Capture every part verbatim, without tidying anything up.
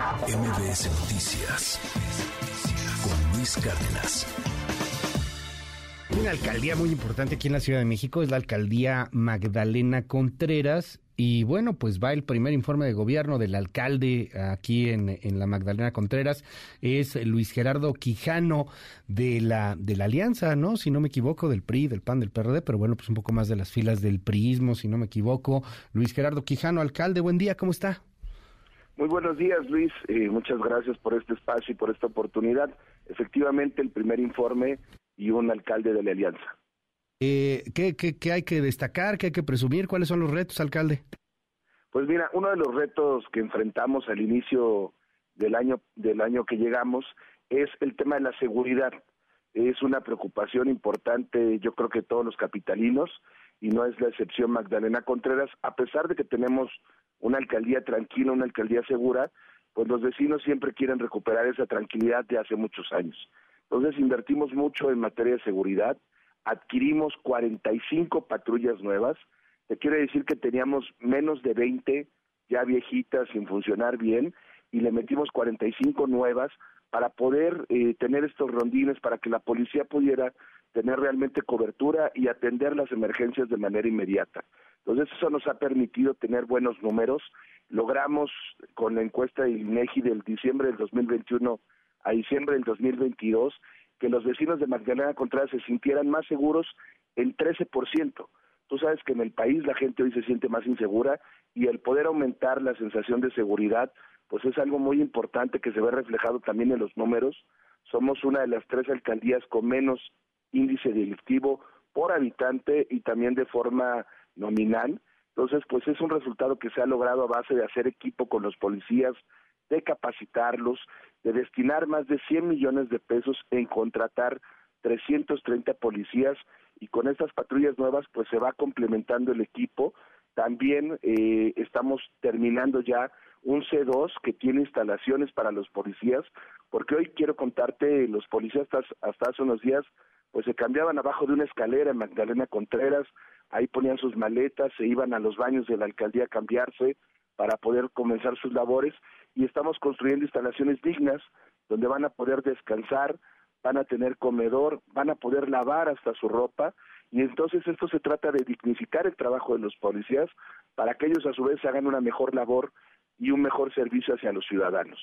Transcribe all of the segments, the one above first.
M B S Noticias con Luis Cárdenas. Una alcaldía muy importante aquí en la Ciudad de México es la alcaldía Magdalena Contreras. Y bueno, pues va el primer informe de gobierno del alcalde aquí en, en la Magdalena Contreras. Es Luis Gerardo Quijano de la de la Alianza, ¿no? Si no me equivoco, del P R I, del P A N, del P R D, pero bueno, pues un poco más de las filas del priismo, si no me equivoco. Luis Gerardo Quijano, alcalde, buen día, ¿cómo está? Muy buenos días, Luis. Eh, muchas gracias por este espacio y por esta oportunidad. Efectivamente, el primer informe y un alcalde de la Alianza. Eh, ¿qué, qué, ¿Qué hay que destacar? ¿Qué hay que presumir? ¿Cuáles son los retos, alcalde? Pues mira, uno de los retos que enfrentamos al inicio del año del año que llegamos es el tema de la seguridad. Es una preocupación importante, yo creo que todos los capitalinos, y no es la excepción Magdalena Contreras, a pesar de que tenemos una alcaldía tranquila, una alcaldía segura, pues los vecinos siempre quieren recuperar esa tranquilidad de hace muchos años. Entonces invertimos mucho en materia de seguridad, adquirimos cuarenta y cinco patrullas nuevas, te quiere decir que teníamos menos de veinte ya viejitas sin funcionar bien, y le metimos cuarenta y cinco nuevas para poder eh, tener estos rondines, para que la policía pudiera tener realmente cobertura y atender las emergencias de manera inmediata. Entonces eso nos ha permitido tener buenos números. Logramos con la encuesta del INEGI del diciembre del dos mil veintiuno a diciembre del dos mil veintidós que los vecinos de Magdalena Contreras se sintieran más seguros en trece por ciento. Tú sabes que en el país la gente hoy se siente más insegura y el poder aumentar la sensación de seguridad pues es algo muy importante que se ve reflejado también en los números. Somos una de las tres alcaldías con menos índice delictivo por habitante y también de forma nominal. Entonces, pues es un resultado que se ha logrado a base de hacer equipo con los policías, de capacitarlos, de destinar más de cien millones de pesos en contratar trescientos treinta policías, y con estas patrullas nuevas pues se va complementando el equipo. También eh, estamos terminando ya un C dos que tiene instalaciones para los policías, porque hoy quiero contarte, los policías hasta, hasta hace unos días pues se cambiaban abajo de una escalera en Magdalena Contreras, ahí ponían sus maletas, se iban a los baños de la alcaldía a cambiarse para poder comenzar sus labores, y estamos construyendo instalaciones dignas donde van a poder descansar, van a tener comedor, van a poder lavar hasta su ropa, y entonces esto se trata de dignificar el trabajo de los policías para que ellos a su vez hagan una mejor labor y un mejor servicio hacia los ciudadanos.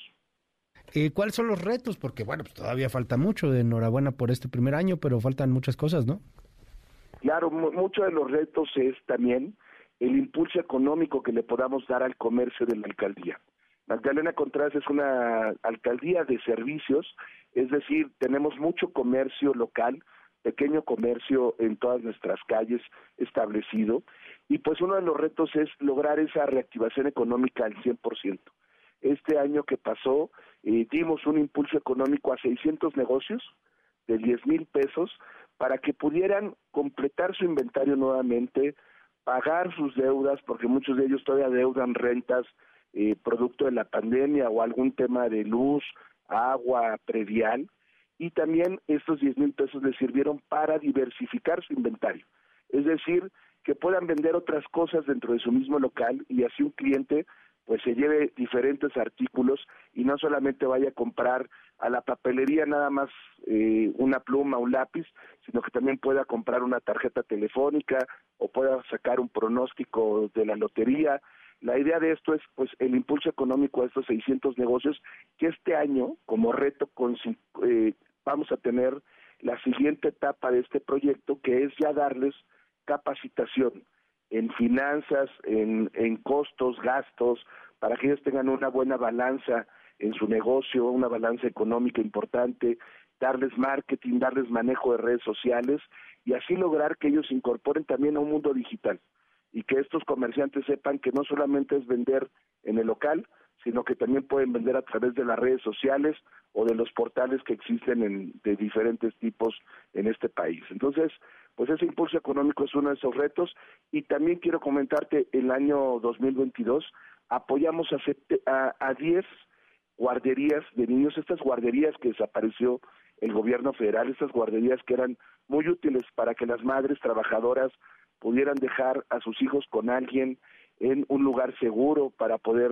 Eh, ¿Cuáles son los retos? Porque bueno, pues todavía falta mucho. Enhorabuena por este primer año, pero faltan muchas cosas, ¿no? Claro, m- mucho de los retos es también el impulso económico que le podamos dar al comercio de la alcaldía. Magdalena Contreras es una alcaldía de servicios, es decir, tenemos mucho comercio local, pequeño comercio en todas nuestras calles establecido, y pues uno de los retos es lograr esa reactivación económica al cien por ciento. Este año que pasó, eh, dimos un impulso económico a seiscientos negocios de diez mil pesos para que pudieran completar su inventario nuevamente, pagar sus deudas, porque muchos de ellos todavía deudan rentas eh, producto de la pandemia o algún tema de luz, agua, predial, y también estos diez mil pesos les sirvieron para diversificar su inventario, es decir, que puedan vender otras cosas dentro de su mismo local y así un cliente pues se lleve diferentes artículos y no solamente vaya a comprar a la papelería nada más eh, una pluma, un lápiz, sino que también pueda comprar una tarjeta telefónica o pueda sacar un pronóstico de la lotería. La idea de esto es pues el impulso económico a estos seiscientos negocios, que este año como reto con, eh, vamos a tener la siguiente etapa de este proyecto, que es ya darles capacitación en finanzas, en, en costos, gastos, para que ellos tengan una buena balanza en su negocio, una balanza económica importante, darles marketing, darles manejo de redes sociales y así lograr que ellos se incorporen también a un mundo digital y que estos comerciantes sepan que no solamente es vender en el local, sino que también pueden vender a través de las redes sociales o de los portales que existen en, de diferentes tipos en este país. Entonces, pues ese impulso económico es uno de esos retos, y también quiero comentarte, el año dos mil veintidós apoyamos a, a, a diez guarderías de niños, estas guarderías que desapareció el gobierno federal, estas guarderías que eran muy útiles para que las madres trabajadoras pudieran dejar a sus hijos con alguien en un lugar seguro para poder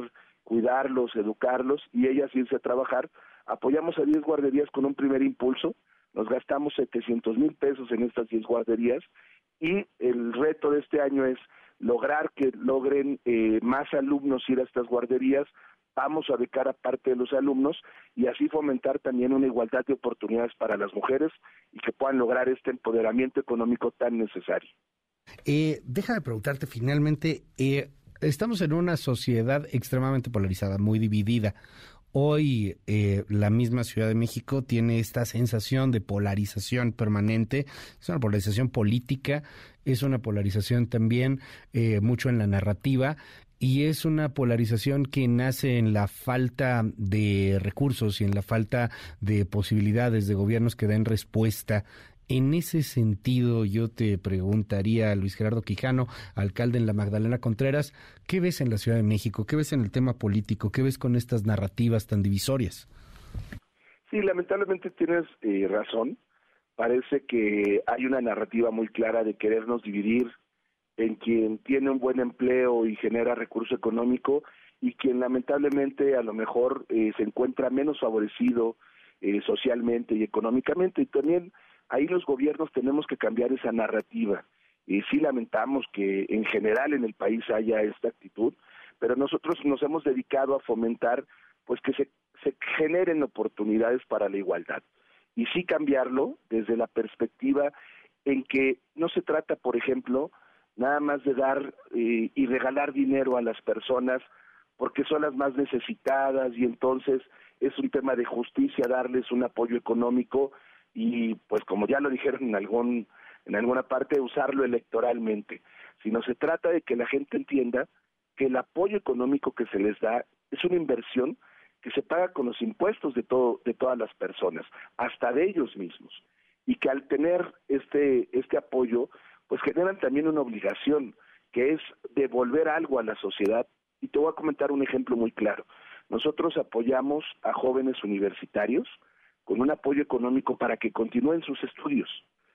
cuidarlos, educarlos y ellas irse a trabajar. Apoyamos a diez guarderías con un primer impulso, nos gastamos setecientos mil pesos en estas diez guarderías y el reto de este año es lograr que logren eh, más alumnos ir a estas guarderías. Vamos a becar a parte de los alumnos y así fomentar también una igualdad de oportunidades para las mujeres y que puedan lograr este empoderamiento económico tan necesario. Eh, déjame preguntarte finalmente, eh, estamos en una sociedad extremadamente polarizada, muy dividida. Hoy eh, la misma Ciudad de México tiene esta sensación de polarización permanente, es una polarización política, es una polarización también eh, mucho en la narrativa y es una polarización que nace en la falta de recursos y en la falta de posibilidades de gobiernos que den respuesta. En ese sentido, yo te preguntaría, Luis Gerardo Quijano, alcalde en la Magdalena Contreras, ¿qué ves en la Ciudad de México? ¿Qué ves en el tema político? ¿Qué ves con estas narrativas tan divisorias? Sí, lamentablemente tienes eh, razón. Parece que hay una narrativa muy clara de querernos dividir en quien tiene un buen empleo y genera recurso económico y quien lamentablemente a lo mejor eh, se encuentra menos favorecido eh, socialmente y económicamente. Y también ahí los gobiernos tenemos que cambiar esa narrativa. Y sí lamentamos que en general en el país haya esta actitud, pero nosotros nos hemos dedicado a fomentar pues que se, se generen oportunidades para la igualdad. Y sí cambiarlo desde la perspectiva en que no se trata, por ejemplo, nada más de dar eh, y regalar dinero a las personas porque son las más necesitadas y entonces es un tema de justicia darles un apoyo económico y pues como ya lo dijeron en algún en alguna parte, usarlo electoralmente, sino se trata de que la gente entienda que el apoyo económico que se les da es una inversión que se paga con los impuestos de todo de todas las personas, hasta de ellos mismos, y que al tener este este apoyo, pues generan también una obligación, que es devolver algo a la sociedad. Y te voy a comentar un ejemplo muy claro. Nosotros apoyamos a jóvenes universitarios con un apoyo económico para que continúen sus estudios.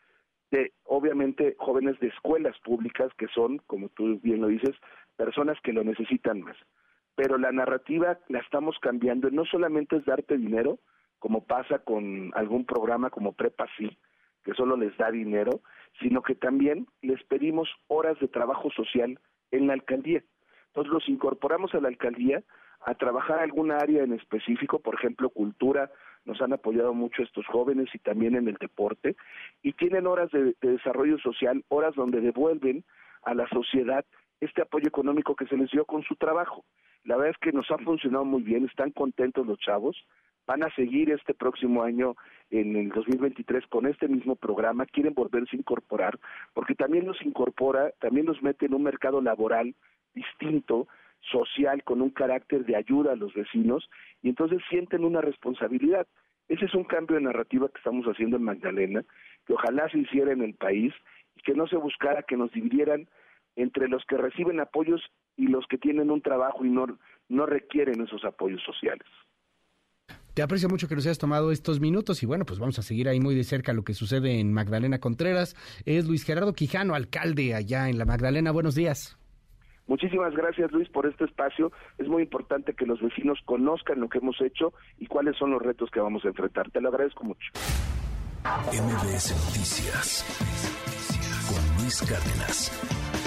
De, obviamente, jóvenes de escuelas públicas que son, como tú bien lo dices, personas que lo necesitan más. Pero la narrativa la estamos cambiando, no solamente es darte dinero, como pasa con algún programa como Prepa Sí, que solo les da dinero, sino que también les pedimos horas de trabajo social en la alcaldía. Entonces los incorporamos a la alcaldía a trabajar alguna área en específico, por ejemplo, cultura, nos han apoyado mucho estos jóvenes y también en el deporte, y tienen horas de, de desarrollo social, horas donde devuelven a la sociedad este apoyo económico que se les dio con su trabajo. La verdad es que nos ha funcionado muy bien, están contentos los chavos, van a seguir este próximo año, en el dos mil veintitrés, con este mismo programa, quieren volverse a incorporar, porque también los incorpora, también los mete en un mercado laboral distinto, social, con un carácter de ayuda a los vecinos, y entonces sienten una responsabilidad. Ese es un cambio de narrativa que estamos haciendo en Magdalena, que ojalá se hiciera en el país, y que no se buscara que nos dividieran entre los que reciben apoyos y los que tienen un trabajo y no, no requieren esos apoyos sociales. Te aprecio mucho que nos hayas tomado estos minutos y bueno, pues vamos a seguir ahí muy de cerca lo que sucede en Magdalena Contreras. Es Luis Gerardo Quijano, alcalde allá en la Magdalena. Buenos días. Muchísimas gracias, Luis, por este espacio. Es muy importante que los vecinos conozcan lo que hemos hecho y cuáles son los retos que vamos a enfrentar. Te lo agradezco mucho. M B S Noticias con Luis Cárdenas.